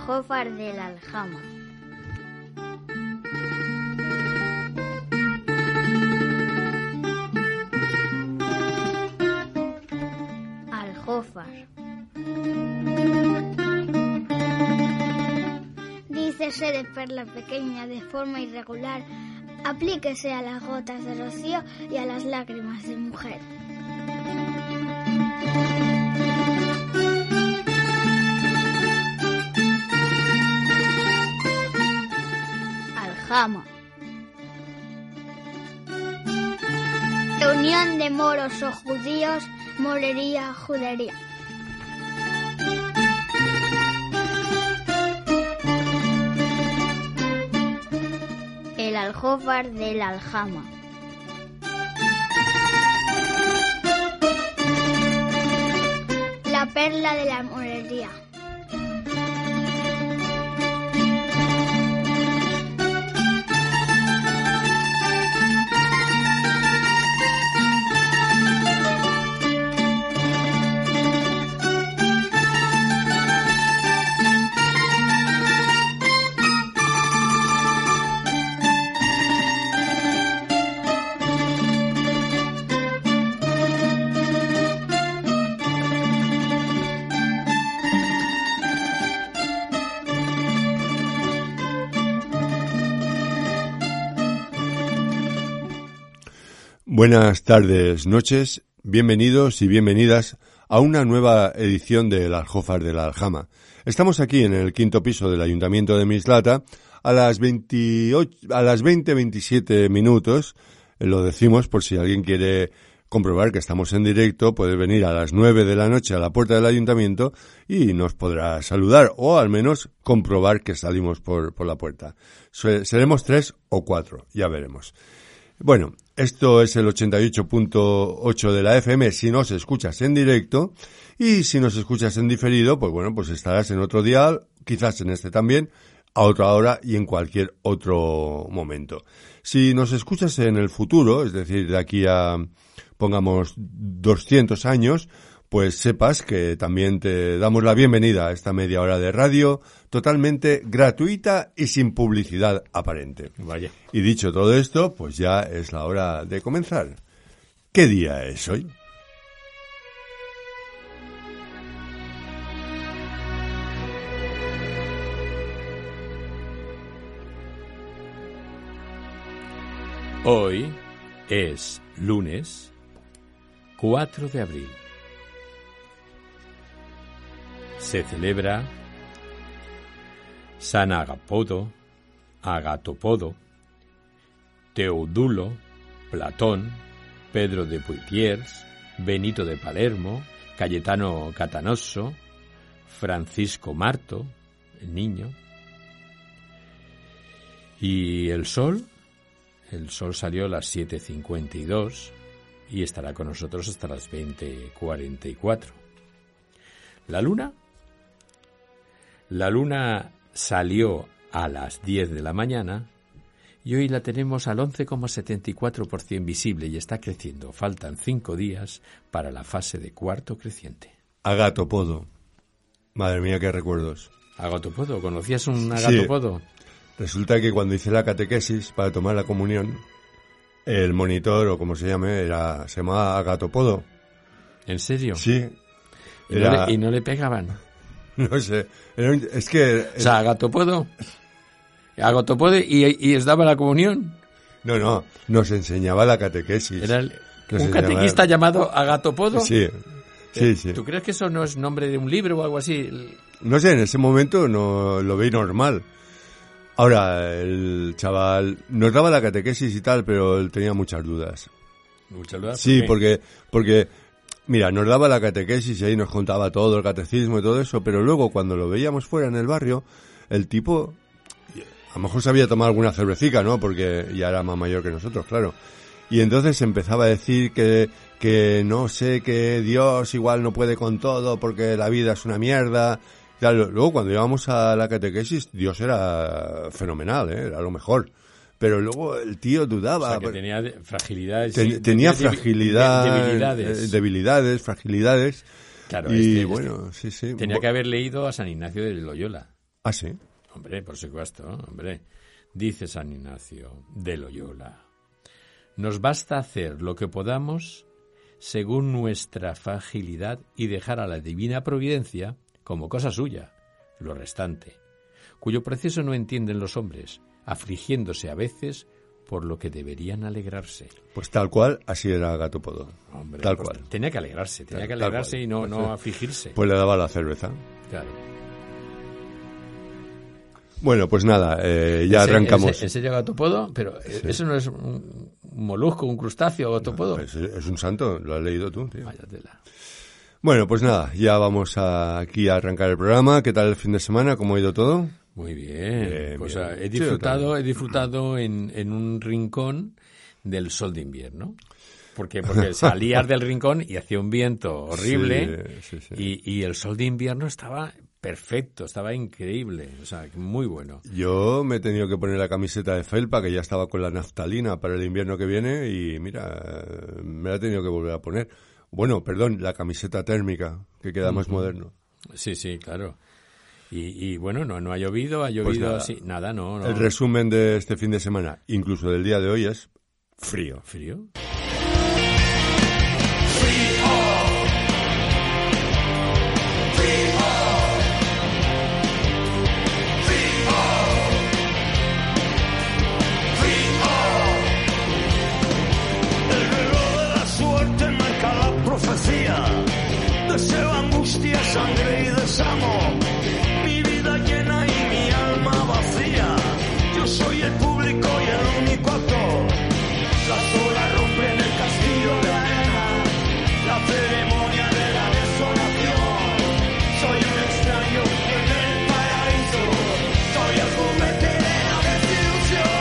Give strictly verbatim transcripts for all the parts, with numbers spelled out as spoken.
Aljófar de la Aljama. Aljófar. Dícese de perla pequeña de forma irregular, aplíquese a las gotas de rocío y a las lágrimas de mujer. Aljama. Reunión de moros o judíos, morería, judería. El Aljófar de la Aljama. La perla de la morería. Buenas tardes, noches, bienvenidos y bienvenidas a una nueva edición del Aljófar de la Aljama. Estamos aquí en el quinto piso del Ayuntamiento de Mislata a las veintiocho, a las veinte veintisiete minutos. Lo decimos por si alguien quiere comprobar que estamos en directo, puede venir a las nueve de la noche a la puerta del Ayuntamiento y nos podrá saludar o al menos comprobar que salimos por, por la puerta. Seremos tres o cuatro, ya veremos. Bueno, esto es el ochenta y ocho punto ocho de la F M si nos escuchas en directo, y si nos escuchas en diferido, pues bueno, pues estarás en otro dial, quizás en este también, a otra hora y en cualquier otro momento. Si nos escuchas en el futuro, es decir, de aquí a, pongamos, doscientos años, pues sepas que también te damos la bienvenida a esta media hora de radio totalmente gratuita y sin publicidad aparente. Vaya. Y dicho todo esto, pues ya es la hora de comenzar. ¿Qué día es hoy? Hoy es lunes cuatro de abril. Se celebra San Agapodo, Agatopodo, Teodulo, Platón, Pedro de Poitiers, Benito de Palermo, Cayetano Catanosso, Francisco Marto, el niño. Y el sol, el sol salió a las siete cincuenta y dos y estará con nosotros hasta las veinte cuarenta y cuatro. La luna, la luna salió a las diez de la mañana y hoy la tenemos al once coma setenta y cuatro por ciento visible y está creciendo. Faltan cinco días para la fase de cuarto creciente. Agatopodo. Madre mía, qué recuerdos. Agatopodo, ¿conocías un agatopodo? Sí. Resulta que cuando hice la catequesis para tomar la comunión, el monitor, o como se llame, era, se llamaba Agatopodo. ¿En serio? Sí. ¿Y, era... no le, ¿Y no le pegaban? No sé. Era un... Es que... O sea, Agatopodo. Agatopodo y, y os daba la comunión. No, no. Nos enseñaba la catequesis. Era el... un enseñaba... catequista llamado Agatopodo. Sí. Sí, sí. ¿Tú crees que eso no es nombre de un libro o algo así? No sé, en ese momento no lo veí normal. Ahora, el chaval nos daba la catequesis y tal, pero él tenía muchas dudas. ¿Muchas dudas? Sí, ¿por qué? porque, porque, mira, nos daba la catequesis y ahí nos contaba todo, el catecismo y todo eso, pero luego cuando lo veíamos fuera en el barrio, el tipo, a lo mejor se había tomado alguna cervecica, ¿no? Porque ya era más mayor que nosotros, claro. Y entonces empezaba a decir que, que no sé, que Dios igual no puede con todo porque la vida es una mierda. Claro, luego cuando íbamos a la catequesis, Dios era fenomenal, ¿eh? Era lo mejor. Pero luego el tío dudaba. O sea, que tenía fragilidades. Ten, sí, tenía tenía fragilidad, debilidades. debilidades, fragilidades. Claro, y este, bueno, sí, sí. Tenía que haber leído a San Ignacio de Loyola. ¿Ah, sí? Hombre, por supuesto, hombre. Dice San Ignacio de Loyola: nos basta hacer lo que podamos según nuestra fragilidad y dejar a la divina providencia como cosa suya lo restante, cuyo proceso no entienden los hombres, afligiéndose a veces por lo que deberían alegrarse. Pues tal cual, así era Gatopodo. Hombre, tal pues cual. Tenía que alegrarse, tenía Claro, que alegrarse tal y no, cual. no afligirse. Pues le daba la cerveza. Claro. Bueno, pues nada, eh, ya ¿En se- arrancamos. ¿En, se- en serio Gatopodo? Pero eh, Sí. eso no es un molusco, un crustáceo, Gatopodo. Es, es un santo, lo has leído tú, tío. Vaya tela. Bueno, pues nada, ya vamos a, aquí a arrancar el programa. ¿Qué tal el fin de semana? ¿Cómo ha ido todo? Muy bien. Bien, pues bien. ah, he Sí, disfrutado, yo he disfrutado en, en un rincón del sol de invierno. Porque, porque salías del rincón y hacía un viento horrible Sí, sí, sí. Y, y el sol de invierno estaba perfecto, estaba increíble, o sea, muy bueno. Yo me he tenido que poner la camiseta de felpa, que ya estaba con la naftalina para el invierno que viene, y mira, me la he tenido que volver a poner. Bueno, perdón, la camiseta térmica, que queda más moderno. Sí, sí, claro. Y, y bueno, no, no ha llovido, ha llovido Pues nada. así, nada, no, no. El resumen de este fin de semana, incluso del día de hoy, es frío. ¿Frío? El reloj de la suerte marca la profecía. Deseo, angustia, sangre y desamo. Mi vida llena y mi alma vacía. Yo soy el público y el único actor. Las olas rompen el castillo de arena. La ceremonia de la desolación. Soy un extraño en el paraíso. Soy el juguete de la desilusión.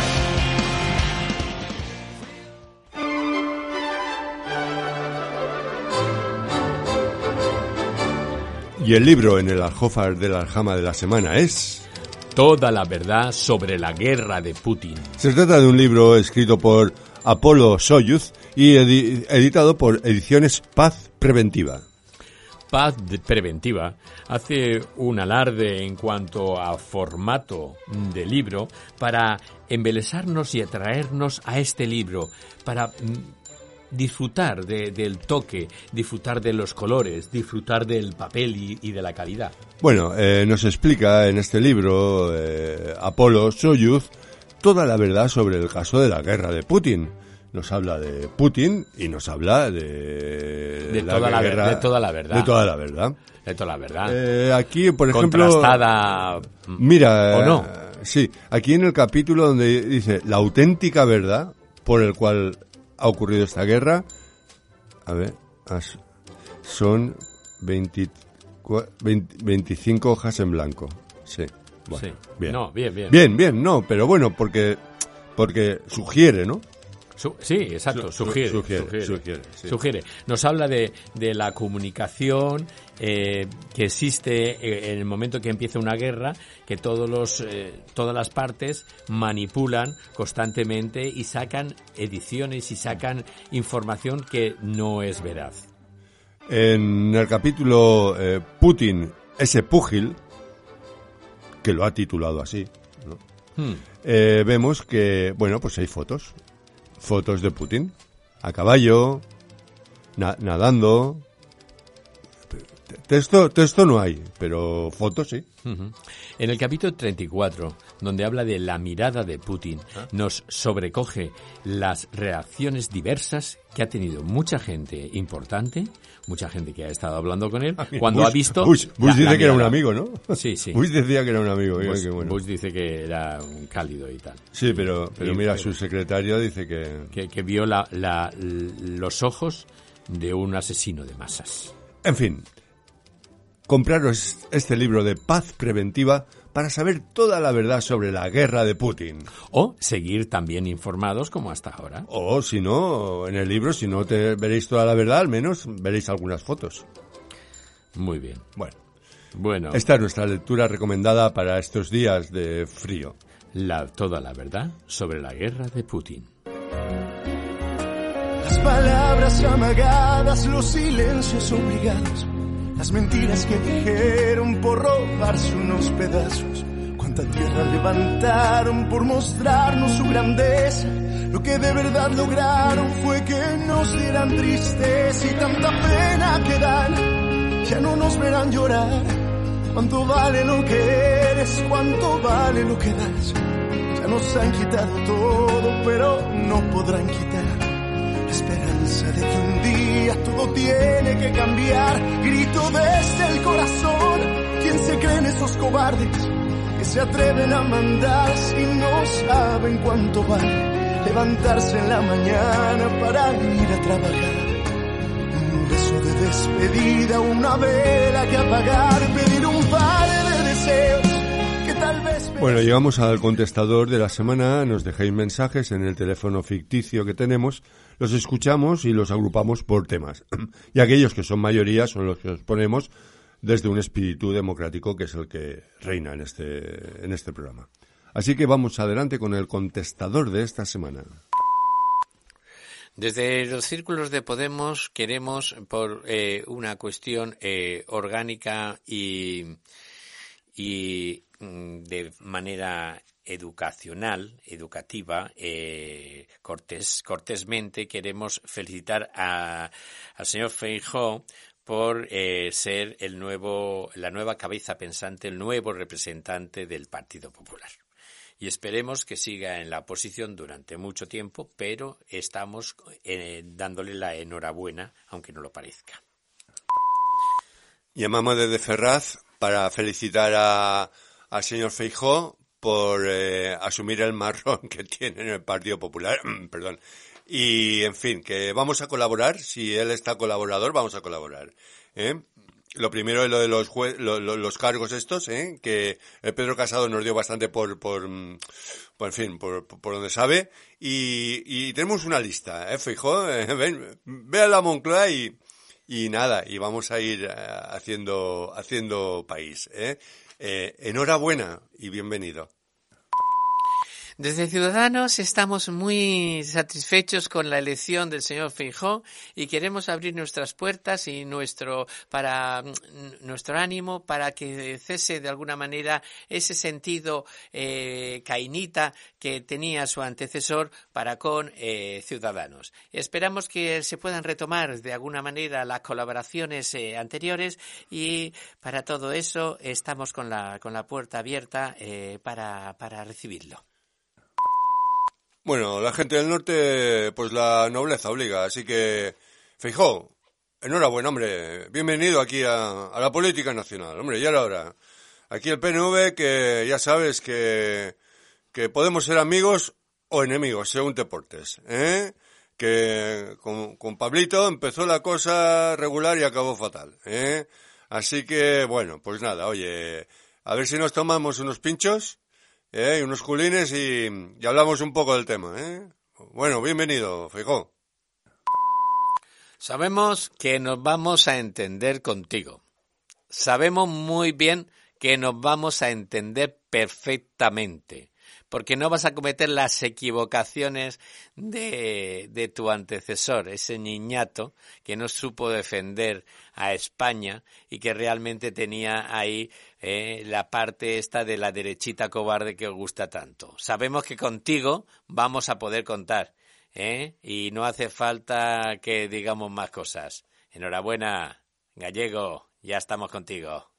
Y el libro en el Aljófar de la Aljama de la semana es... Toda la verdad sobre la guerra de Putin. Se trata de un libro escrito por Apolo Soyuz y edi- editado por Ediciones Paz Preventiva. Paz de- Preventiva hace un alarde en cuanto a formato de libro para embelesarnos y atraernos a este libro, para mm, disfrutar de- del toque, disfrutar de los colores, disfrutar del papel y, y de la calidad. Bueno, eh, nos explica en este libro eh, Apolo Soyuz toda la verdad sobre el caso de la guerra de Putin. Nos habla de Putin y nos habla de... De toda la ver- guerra- de toda la verdad. De toda la verdad. De toda la verdad. Eh, aquí, por ejemplo... Contrastada. Mira, ¿O no? eh, sí, aquí en el capítulo donde dice la auténtica verdad por el cual ha ocurrido esta guerra, a ver, as- son veinticua- veinte veinticinco hojas en blanco. Sí, bueno, Sí. bien. No, bien, bien. Bien, bien, no, pero bueno, porque porque sugiere, ¿no? Su- sí, exacto, Su- sugiere, sugiere, sugiere, sugiere, sí. sugiere. Nos habla de, de la comunicación eh, que existe eh, en el momento que empieza una guerra, que todos los, eh, todas las partes manipulan constantemente y sacan ediciones y sacan información que no es veraz. En el capítulo eh, Putin, ese púgil, que lo ha titulado así, ¿no? Hmm. Eh, vemos que, bueno, pues hay fotos. Fotos de Putin. A caballo, na- nadando. Texto, texto no hay, pero fotos sí. Ujú. En el capítulo treinta y cuatro, donde habla de la mirada de Putin, nos sobrecoge las reacciones diversas que ha tenido mucha gente importante, mucha gente que ha estado hablando con él, cuando Bush- ha visto... Bush, Bush la- dice la que era un mirada. amigo, ¿no? Sí, sí. Bush decía que era un amigo. mira Bush, qué bueno. Bush dice que era un cálido y tal. Sí, pero, pero Y- mira, pero- su secretario dice que... Que, que vio la, la- los ojos de un asesino de masas. En fin, compraros este libro de Paz Preventiva para saber toda la verdad sobre la guerra de Putin. O seguir también informados como hasta ahora. O si no, en el libro, si no te veréis toda la verdad, al menos veréis algunas fotos. Muy bien. Bueno, Bueno, esta es nuestra lectura recomendada para estos días de frío. la, toda la verdad sobre la guerra de Putin. Las palabras amagadas, los silencios obligados, las mentiras que dijeron por robarse unos pedazos. Cuánta tierra levantaron por mostrarnos su grandeza. Lo que de verdad lograron fue que nos dieran tristeza y tanta pena que dan. Ya no nos verán llorar. Cuánto vale lo que eres, cuánto vale lo que das. Ya nos han quitado todo, pero no podrán quitar la esperanza de que un día todo tiene que cambiar. Grito desde el corazón. ¿Quién se creen esos cobardes que se atreven a mandar si no saben cuánto vale levantarse en la mañana para ir a trabajar? Un beso de despedida, una vela que apagar, pedir un par de deseos que tal vez... Bueno, llegamos al contestador de la semana. Nos dejáis mensajes en el teléfono ficticio que tenemos, los escuchamos y los agrupamos por temas. Y aquellos que son mayoría son los que os ponemos desde un espíritu democrático que es el que reina en este, en este programa. Así que vamos adelante con el contestador de esta semana. Desde los círculos de Podemos queremos, por eh, una cuestión eh, orgánica y, y mm, de manera educacional, educativa, eh, cortés, cortésmente, queremos felicitar a, al señor Feijóo por eh, ser el nuevo, la nueva cabeza pensante, el nuevo representante del Partido Popular. Y esperemos que siga en la oposición durante mucho tiempo, pero estamos eh, dándole la enhorabuena, aunque no lo parezca. Llamamos desde Ferraz para felicitar a, al señor Feijóo por eh, asumir el marrón que tiene en el Partido Popular. Perdón. Y, en fin, que vamos a colaborar. Si él está colaborador, vamos a colaborar. ¿eh? Lo primero es lo de los jue- lo, lo, los cargos estos, ¿eh? que el Pedro Casado nos dio bastante por, por, por en fin, por, por donde sabe. Y, y tenemos una lista, ¿eh, Feijóo? Eh, ven, ve a la Moncloa y, y nada, y vamos a ir uh, haciendo, haciendo país, ¿eh? Eh, enhorabuena y bienvenido. Desde Ciudadanos estamos muy satisfechos con la elección del señor Feijóo y queremos abrir nuestras puertas y nuestro para nuestro ánimo para que cese de alguna manera ese sentido eh, cainita que tenía su antecesor para con eh, Ciudadanos. Esperamos que se puedan retomar de alguna manera las colaboraciones eh, anteriores y para todo eso estamos con la con la puerta abierta eh, para para recibirlo. Bueno, la gente del norte, pues la nobleza obliga, así que, Feijóo, enhorabuena, hombre, bienvenido aquí a, a la política nacional, hombre, ya era hora. Aquí el P N V, que ya sabes que, que podemos ser amigos o enemigos, según te portes, ¿eh? Que con, con Pablito empezó la cosa regular y acabó fatal, ¿eh? Así que, bueno, pues nada, oye, a ver si nos tomamos unos pinchos, Eh, unos culines y, y hablamos un poco del tema, ¿eh? Bueno, bienvenido, Feijóo. Sabemos que nos vamos a entender contigo. Sabemos muy bien que nos vamos a entender perfectamente, porque no vas a cometer las equivocaciones de, de tu antecesor, ese niñato que no supo defender a España y que realmente tenía ahí eh, la parte esta de la derechita cobarde que os gusta tanto. Sabemos que contigo vamos a poder contar, ¿eh? Y no hace falta que digamos más cosas. Enhorabuena, Gallego, ya estamos contigo.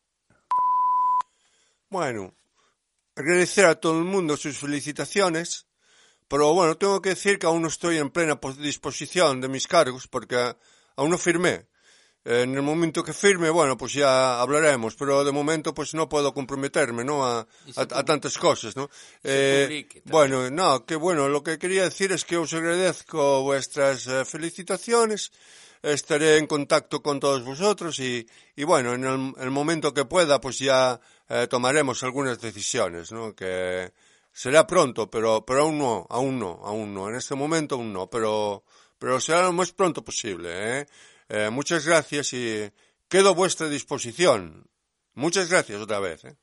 Bueno, agradecer a todo el mundo sus felicitaciones, pero bueno, tengo que decir que aún no estoy en plena disposición de mis cargos porque aún no firmé. En el momento que firme, bueno, pues ya hablaremos, pero de momento pues no puedo comprometerme, ¿no? A, a, a tantas cosas, ¿no? Eh, bueno, no, que bueno, lo que quería decir es que os agradezco vuestras uh, felicitaciones, estaré en contacto con todos vosotros y, y bueno, en el, el momento que pueda pues ya eh, tomaremos algunas decisiones, ¿no? Que será pronto, pero, pero aún no, aún no, aún no, en este momento aún no, pero, pero será lo más pronto posible, ¿eh? Eh, muchas gracias y quedo a vuestra disposición. Muchas gracias otra vez, ¿eh?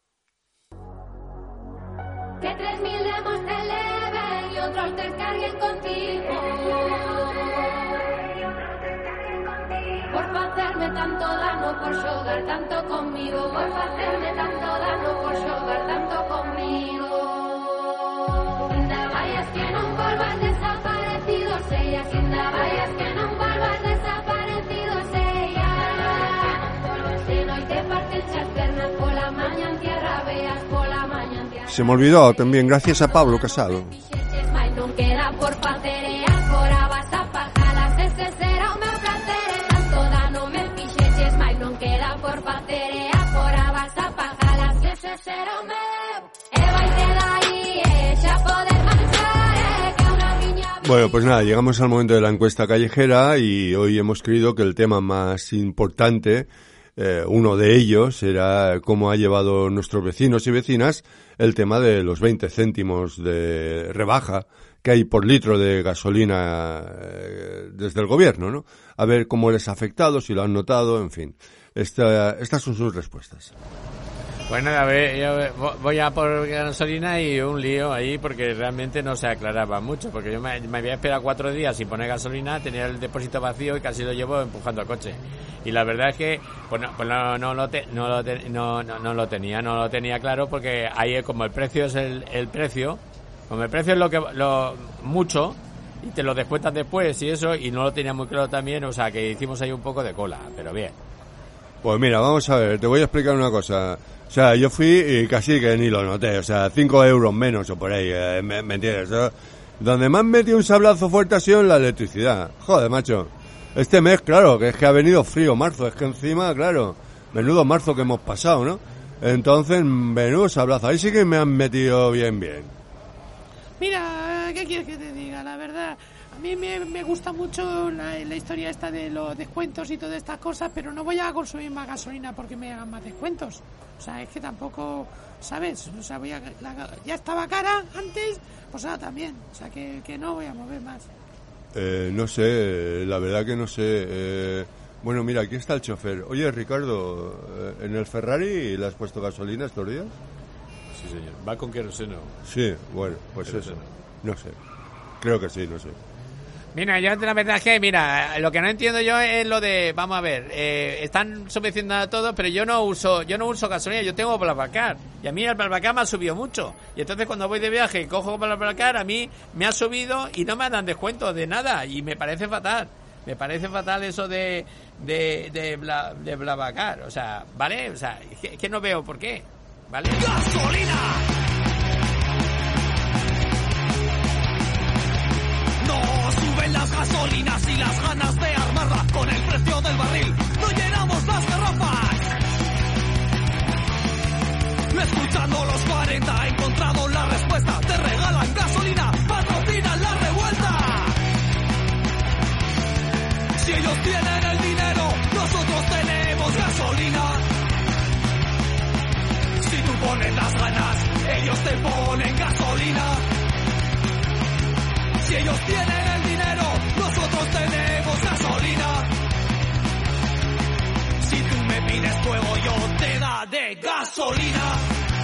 Que tres mil demos te eleven y otros te carguen contigo. Por hacerme hacerme tanto daño por xogar tanto conmigo, vuelve a hacerme tanto daño por xogar tanto conmigo. Ainda vayas que non volvas desaparecido, sellas, ainda vayas que non volvas desaparecido, sellas. Se noite parten as pernas pola maña en tierra, veas pola maña en tierra. Se me olvidó también, gracias a Pablo Casado. Non queda por facer e agora vas a pajalas, ese será o meu placer. Tanto dano me fixeches, mais non queda por facer e agora vas a pajalas, ese será o meu. E vaite dai e xa poder marchar, e que unha miña... Bueno, pues nada, llegamos al momento de la encuesta callejera y hoy hemos creído que el tema más importante, eh, uno de ellos, era cómo ha llevado nuestros vecinos y vecinas el tema de los veinte céntimos de rebaja que hay por litro de gasolina eh, desde el gobierno, ¿no? A ver cómo les ha afectado, si lo han notado, en fin. Esta, estas son sus respuestas. Pues nada, a ver, yo voy a por gasolina y un lío ahí porque realmente no se aclaraba mucho, porque yo me, me había esperado cuatro días sin poner gasolina, tenía el depósito vacío y casi lo llevo empujando el coche. Y la verdad es que pues no, pues no, no, lo, te, no, lo, te, no, no, no lo tenía, no lo tenía claro, porque ahí como el precio es el, el precio, como el precio es lo que lo mucho y te lo descuentas después y eso, y no lo tenía muy claro también, o sea que hicimos ahí un poco de cola, pero bien. Pues mira, vamos a ver, te voy a explicar una cosa. O sea, yo fui y casi que ni lo noté, o sea, cinco euros menos o por ahí, eh, ¿me, me entiendes? ¿No? Donde me han metido un sablazo fuerte ha sido en la electricidad. Joder, macho. Este mes, claro, que es que ha venido frío marzo, es que encima, claro, menudo marzo que hemos pasado, ¿no? Entonces, menudo sablazo, ahí sí que me han metido bien, bien. Mira, ¿qué quieres que te diga? La verdad, a mí me, me gusta mucho la, la historia esta de los descuentos y todas estas cosas, pero no voy a consumir más gasolina porque me hagan más descuentos. O sea, es que tampoco, ¿sabes? O sea, voy a, la, ya estaba cara antes, pues ahora también. O sea, que, que no voy a mover más. Eh, no sé, la verdad que no sé. Eh, bueno, mira, aquí está el chofer. Oye, Ricardo, ¿en el Ferrari le has puesto gasolina estos días? Sí, señor. ¿Va con queroseno? Sí, bueno, pues Queroseno. eso. No sé. Creo que sí, no sé. Mira, yo la verdad es que, mira, lo que no entiendo yo es lo de, vamos a ver, eh, están subvencionando todo, pero yo no uso, yo no uso gasolina, yo tengo BlaBlaCar, y a mí el BlaBlaCar me ha subido mucho, y entonces cuando voy de viaje y cojo BlaBlaCar, a mí me ha subido y no me dan descuento de nada, y me parece fatal, me parece fatal eso de, de, de, Bla, de BlaBlaCar, o sea, ¿vale? O sea, es que, es que no veo por qué, ¿vale? ¡Gasolina! No suben las gasolinas y las ganas de armarla con el precio del barril. No llenamos las garrafas. Escuchando los cuarenta he encontrado la respuesta. Te regalan gasolina, patrocinan la revuelta. Si ellos tienen el dinero, nosotros tenemos gasolina. Si tú pones las ganas, ellos te ponen gasolina. Si ellos tienen el dinero, nosotros tenemos gasolina. Si tú me pides fuego, yo te daré gasolina.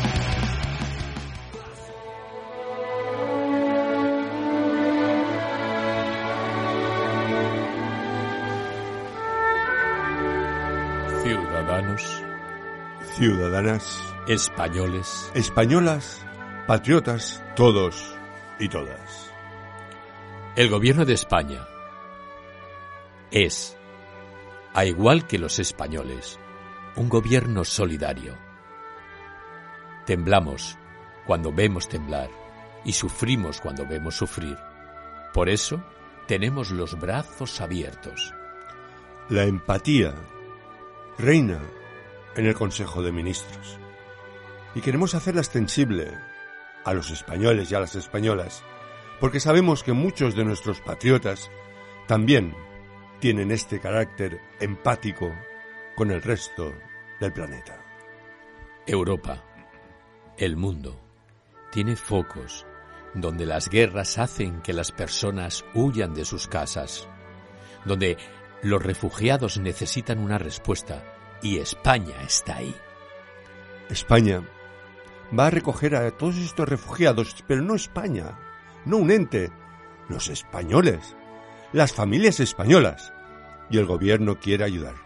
Ciudadanos, Ciudadanas, españoles, españolas, patriotas, todos y todas. el gobierno de España es, a igual que los españoles, un gobierno solidario. Temblamos cuando vemos temblar y sufrimos cuando vemos sufrir. Por eso tenemos los brazos abiertos. La empatía reina en el Consejo de Ministros y queremos hacerla extensible a los españoles y a las españolas, porque sabemos que muchos de nuestros patriotas también tienen este carácter empático con el resto del planeta. Europa, el mundo, tiene focos donde las guerras hacen que las personas huyan de sus casas, donde los refugiados necesitan una respuesta y España está ahí. España va a recoger a todos estos refugiados, pero no España, no un ente, los españoles, las familias españolas, y el gobierno quiere ayudar.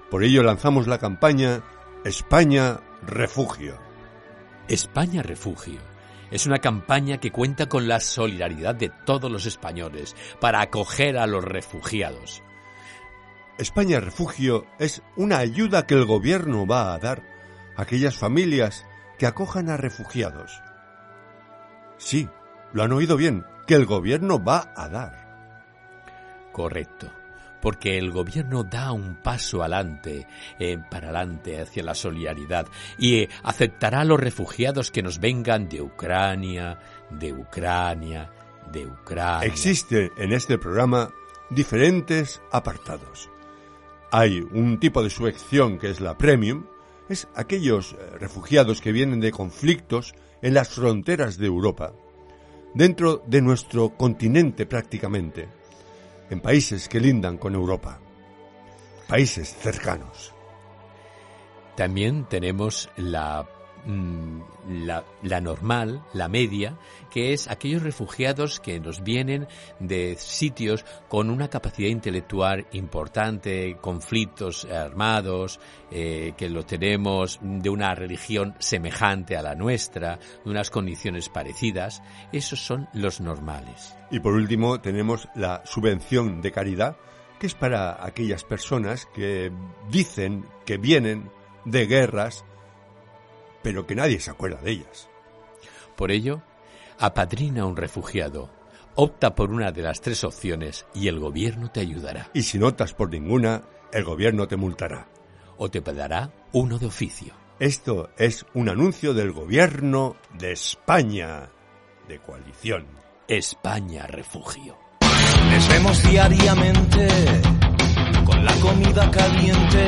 Por ello lanzamos la campaña España Refugio. España Refugio es una campaña que cuenta con la solidaridad de todos los españoles para acoger a los refugiados. España Refugio es una ayuda que el gobierno va a dar a aquellas familias que acojan a refugiados. Sí, lo han oído bien, que el gobierno va a dar. Correcto, porque el gobierno da un paso adelante, eh, para adelante hacia la solidaridad y eh, aceptará a los refugiados que nos vengan de Ucrania, de Ucrania, de Ucrania. Existe en este programa diferentes apartados. Hay un tipo de subvención que es la Premium, es aquellos eh, refugiados que vienen de conflictos en las fronteras de Europa, dentro de nuestro continente prácticamente, en países que lindan con Europa, países cercanos. También tenemos la, la, la normal, la media, que es aquellos refugiados que nos vienen de sitios con una capacidad intelectual importante, conflictos armados, eh, que lo tenemos de una religión semejante a la nuestra, de unas condiciones parecidas. Esos son los normales. Y por último tenemos la subvención de caridad, que es para aquellas personas que dicen que vienen de guerras, pero que nadie se acuerda de ellas. Por ello, apadrina a un refugiado, opta por una de las tres opciones y el gobierno te ayudará. Y si no optas por ninguna, el gobierno te multará. O te dará uno de oficio. Esto es un anuncio del gobierno de España, de coalición. España Refugio. Les vemos diariamente con la comida caliente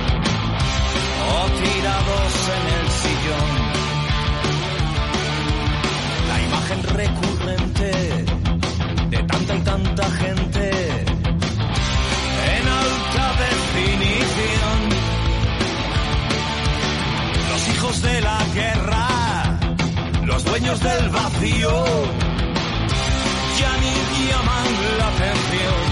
o tirados en el sillón. La imagen recurrente de tanta y tanta gente en alta definición. Los hijos de la guerra, los dueños del vacío, ya ni llaman la atención.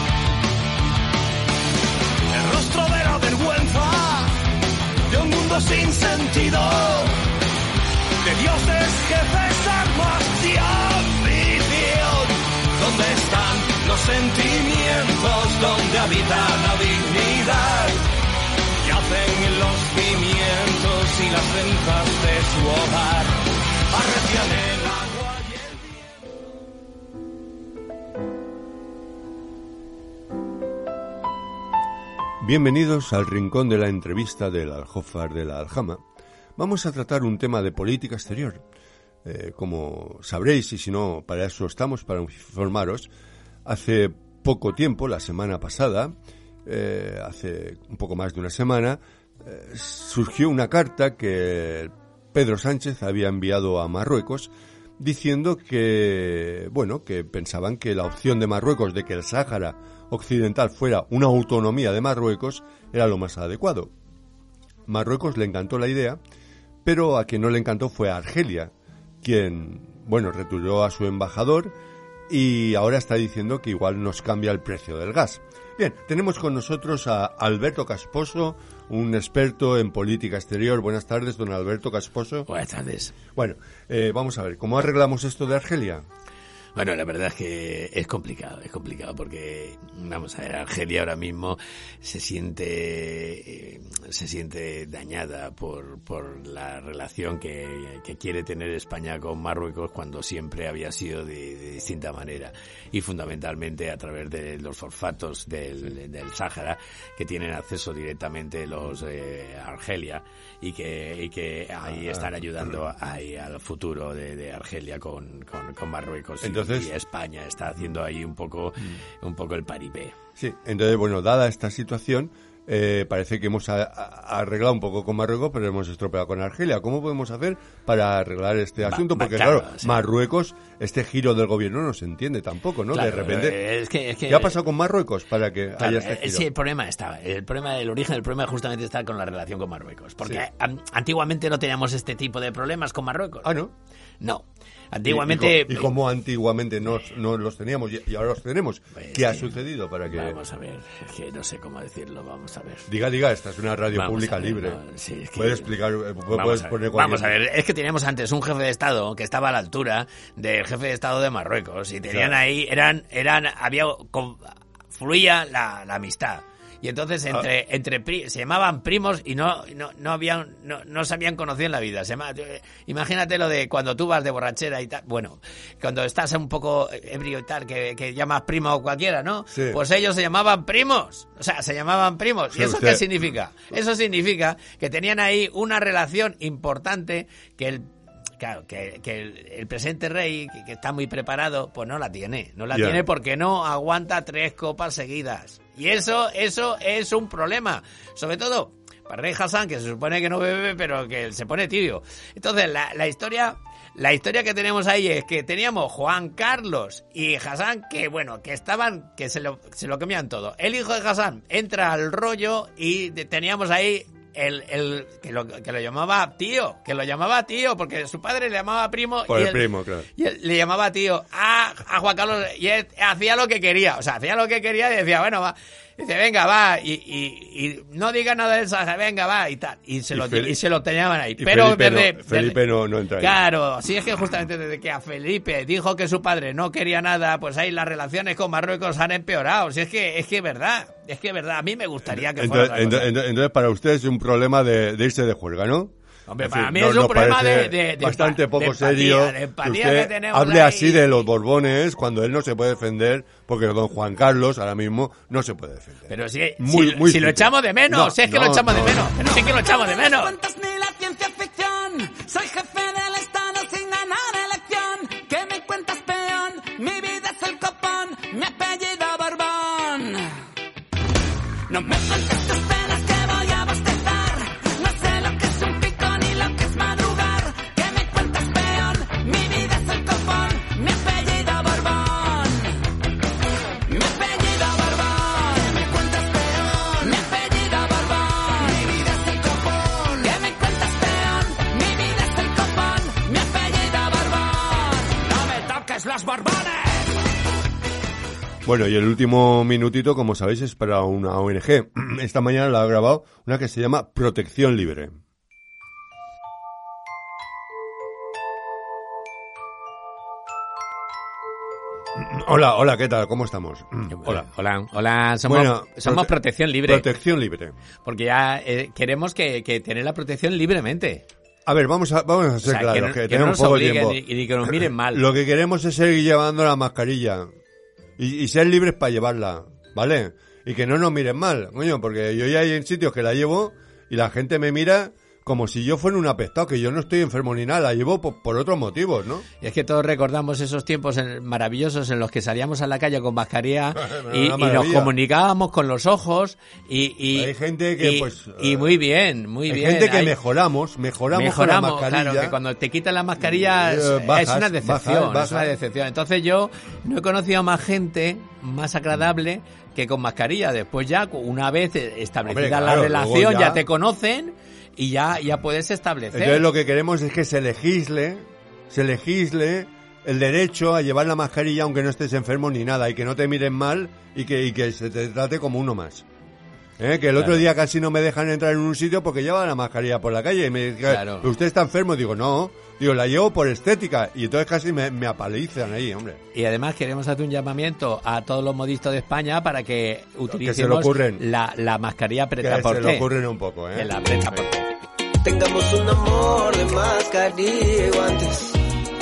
El rostro de la vergüenza de un mundo sin sentido, de dioses, jefes, armas y ambición. ¿Dónde están los sentimientos? ¿Dónde habita la dignidad? Yacen los cimientos y las rentas de su hogar. Arrecian el agua y el Bienvenidos al rincón de la entrevista del Aljófar de la Aljama. Vamos a tratar un tema de política exterior. Eh, como sabréis, y si no, para eso estamos, para informaros, hace poco tiempo, la semana pasada, eh, hace un poco más de una semana, eh, surgió una carta que Pedro Sánchez había enviado a Marruecos diciendo que, bueno, que pensaban que la opción de Marruecos de que el Sáhara Occidental fuera una autonomía de Marruecos era lo más adecuado. Marruecos le encantó la idea, pero a quien no le encantó fue a Argelia, quien, bueno, retiró a su embajador y ahora está diciendo que igual nos cambia el precio del gas. Bien, tenemos con nosotros a Alberto Casposo, un experto en política exterior. Buenas tardes, don Alberto Casposo. Buenas tardes. Bueno, eh, vamos a ver, ¿cómo arreglamos esto de Argelia? Bueno, la verdad es que es complicado, es complicado porque, vamos a ver, Argelia ahora mismo se siente eh, se siente dañada por por la relación que, que quiere tener España con Marruecos cuando siempre había sido de, de distinta manera y fundamentalmente a través de los fosfatos del, del Sáhara que tienen acceso directamente los eh, a Argelia y que y que ahí están ayudando ahí al futuro de, de Argelia con, con, con Marruecos. Entonces, y España está haciendo ahí un poco un poco el paripé. Sí, entonces, bueno, dada esta situación, eh, parece que hemos a, a arreglado un poco con Marruecos, pero hemos estropeado con Argelia. ¿Cómo podemos hacer para arreglar este asunto? Porque, va, claro, claro sí. Marruecos, este giro del gobierno no se entiende tampoco, ¿no? Claro, de repente, es que, es que, ¿qué ha pasado con Marruecos para que claro, haya este giro? Sí, el problema está, el problema, el origen del problema justamente está con la relación con Marruecos. Porque sí. a, antiguamente no teníamos este tipo de problemas con Marruecos. Ah, ¿no? No. Antiguamente... ¿Y, y, y como antiguamente no, no los teníamos y ahora los tenemos? Pues ¿Qué sí. ha sucedido para que...? Vamos a ver, es que no sé cómo decirlo, vamos vamos a ver. Diga, diga, esta es una radio Vamos pública a ver, libre. no, sí, es que- Puedes explicar, eh, Vamos puedes a ver, poner vamos a cualquier- ver, es que teníamos antes un jefe de Estado que estaba a la altura del jefe de Estado de Marruecos y tenían Claro. ahí, eran, eran, había, con- fluía la, la amistad. Y entonces entre, Ah. entre pri- se llamaban primos y no, no, no habían, no, no se habían conocido en la vida. Se llama, imagínate lo de cuando tú vas de borrachera y tal, bueno, cuando estás un poco ebrio y tal, que, que llamas primo o cualquiera, ¿no? Sí. Pues ellos se llamaban primos, o sea, se llamaban primos. Sí, ¿Y eso usted- qué significa? Eso significa que tenían ahí una relación importante que el Claro, que, que el, el presente rey, que, que está muy preparado, pues no la tiene. No la Ya. tiene porque no aguanta tres copas seguidas. Y eso, eso es un problema. Sobre todo para el rey Hassan, que se supone que no bebe, pero que se pone tibio. Entonces, la, la historia... La historia que tenemos ahí es que teníamos Juan Carlos y Hassan que, bueno, que estaban, que se lo, se lo comían todo. El hijo de Hassan entra al rollo y de- teníamos ahí el, el que, lo, que lo llamaba tío, que lo llamaba tío, porque su padre le llamaba primo. Por y el él- primo, claro. Y él le llamaba tío a, a Juan Carlos y él hacía lo que quería. O sea, hacía lo que quería y decía, bueno, va. Dice, venga, va. Y, y, y no diga nada de eso, venga, va. Y tal. Y se, Y lo, Fel- y se lo tenían ahí. Y Pero Felipe, desde- no, Felipe no, no entra ahí. Claro, sí, es que justamente desde que a Felipe dijo que su padre no quería nada, pues ahí las relaciones con Marruecos han empeorado. Si es que es que es verdad, es que es verdad. A mí me gustaría que fuera Entonces, otra cosa. entonces, entonces, para usted es un problema de, de irse de juerga, ¿no? Hombre, En para fin, mí nos- es un nos problema parece de- de- de bastante empa- poco de empatía, serio de que empatía usted que tenemos hable ahí. así de los Borbones cuando él no se puede defender, porque don Juan Carlos ahora mismo no se puede defender. Pero si, Muy- si, muy si lo simple. echamos de menos, No, si es que no, lo echamos no, de menos, no, pero sí que lo echamos de menos. Cuentas ni la ciencia ficción. Soy jefe del Estado sin ganar elección. ¿Qué me cuentas, peón? Mi vida es el copón. Mi apellido Borbón. No me cuentes tus penas que voy a bostezar. No sé lo que es un pico ni lo que es madrugar. ¿Qué me cuentas, peón? Mi vida es el copón. Mi apellido Borbón. Mi apellido Borbón. ¿Qué me cuentas, peón? Mi apellido Borbón. Mi vida es el copón. ¿Qué me cuentas, peón? Mi vida es el copón. Mi apellido Borbón. No me toques los Borbones. Bueno, y el último minutito, como sabéis, es para una O N G. Esta mañana la ha grabado una que se llama Protección Libre. Hola, hola, ¿qué tal? ¿Cómo estamos? Hola. Hola, hola, somos, Bueno, somos prote- protección libre. Protección Libre. Porque ya eh, queremos que, que tener la protección libremente. A ver, vamos a, vamos a ser O sea, que claros, no- que, que no tenemos nos poco obliguen tiempo. y- y ni que nos miren mal. Lo que queremos es seguir llevando la mascarilla y, y ser libres para llevarla, ¿vale? Y que no nos miren mal, coño, porque yo ya hay en sitios que la llevo y la gente me mira como si yo fuera un apestado, que yo no estoy enfermo ni nada, la llevo por, por otros motivos, ¿no? Y es que todos recordamos esos tiempos en- maravillosos en los que salíamos a la calle con mascarilla y, y Una nos maravilla. comunicábamos con los ojos y... y Hay gente que, y- pues, Y muy bien, muy Hay bien. gente que hay- mejoramos, mejoramos, Mejoramos, con la mascarilla. claro, que cuando te quitan la mascarilla es, Eh, bajas, es una decepción, bajas, bajas. es una decepción. Entonces yo no he conocido a más gente más agradable que con mascarilla. Después ya, una vez establecida Hombre, claro, la luego relación, ya- ya... te conocen y ya, ya puedes establecer. Entonces lo que queremos es que se legisle, se legisle el derecho a llevar la mascarilla aunque no estés enfermo ni nada y que no te miren mal y que, y que se te trate como uno más. ¿Eh? Que el otro Claro. día casi no me dejan entrar en un sitio porque lleva la mascarilla por la calle y me dicen, Claro. ¿usted está enfermo? Digo, no, digo, la llevo por estética y entonces casi me, me apalizan ahí, hombre. Y además queremos hacer un llamamiento a todos los modistas de España para que Que se lo utilicemos ocurren. la, la mascarilla Que se pretaporte. le ocurren un poco, ¿eh? Que la pretaporte. Tengamos un amor de mascarilla y guantes.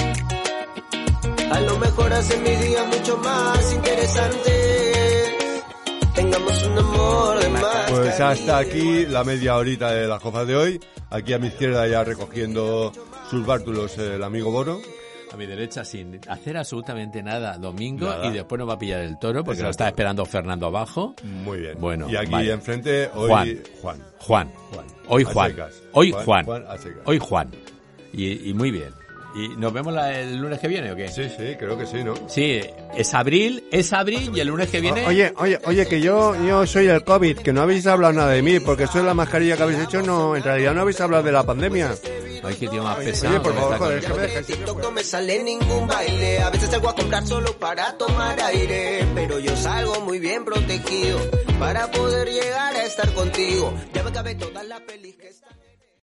A lo mejor hace mi día mucho más interesante. Tengamos un amor de mascarilla. Pues hasta aquí la media horita de las cofas de hoy. Aquí a mi izquierda ya recogiendo sus bártulos el amigo Boro. A mi derecha sin hacer absolutamente nada domingo Nada. y después nos va a pillar el toro porque Exacto. lo está esperando Fernando abajo. Muy bien. Bueno, y aquí vale. enfrente hoy Juan. Juan. Juan. Juan. Hoy A Juan. secas. Hoy Juan, Juan. Juan a secas. Hoy Juan. Y, y muy bien. ¿Y nos vemos la- el lunes que viene o qué? Sí, sí, creo que sí, ¿no? Sí, es abril, es abril y el lunes que viene... Oye, oye, oye, que yo, yo soy el COVID, que no habéis hablado nada de mí, porque eso de la mascarilla que habéis hecho, no, en realidad no habéis hablado de la pandemia. Ay, qué tío más pesado. Oye, por favor, Está joder, con- que me dejáis TikTok no me sale ningún baile. A veces salgo a comprar solo para tomar aire, pero yo salgo muy bien protegido para poder llegar a estar contigo. Ya me acabé todas las pelis que están...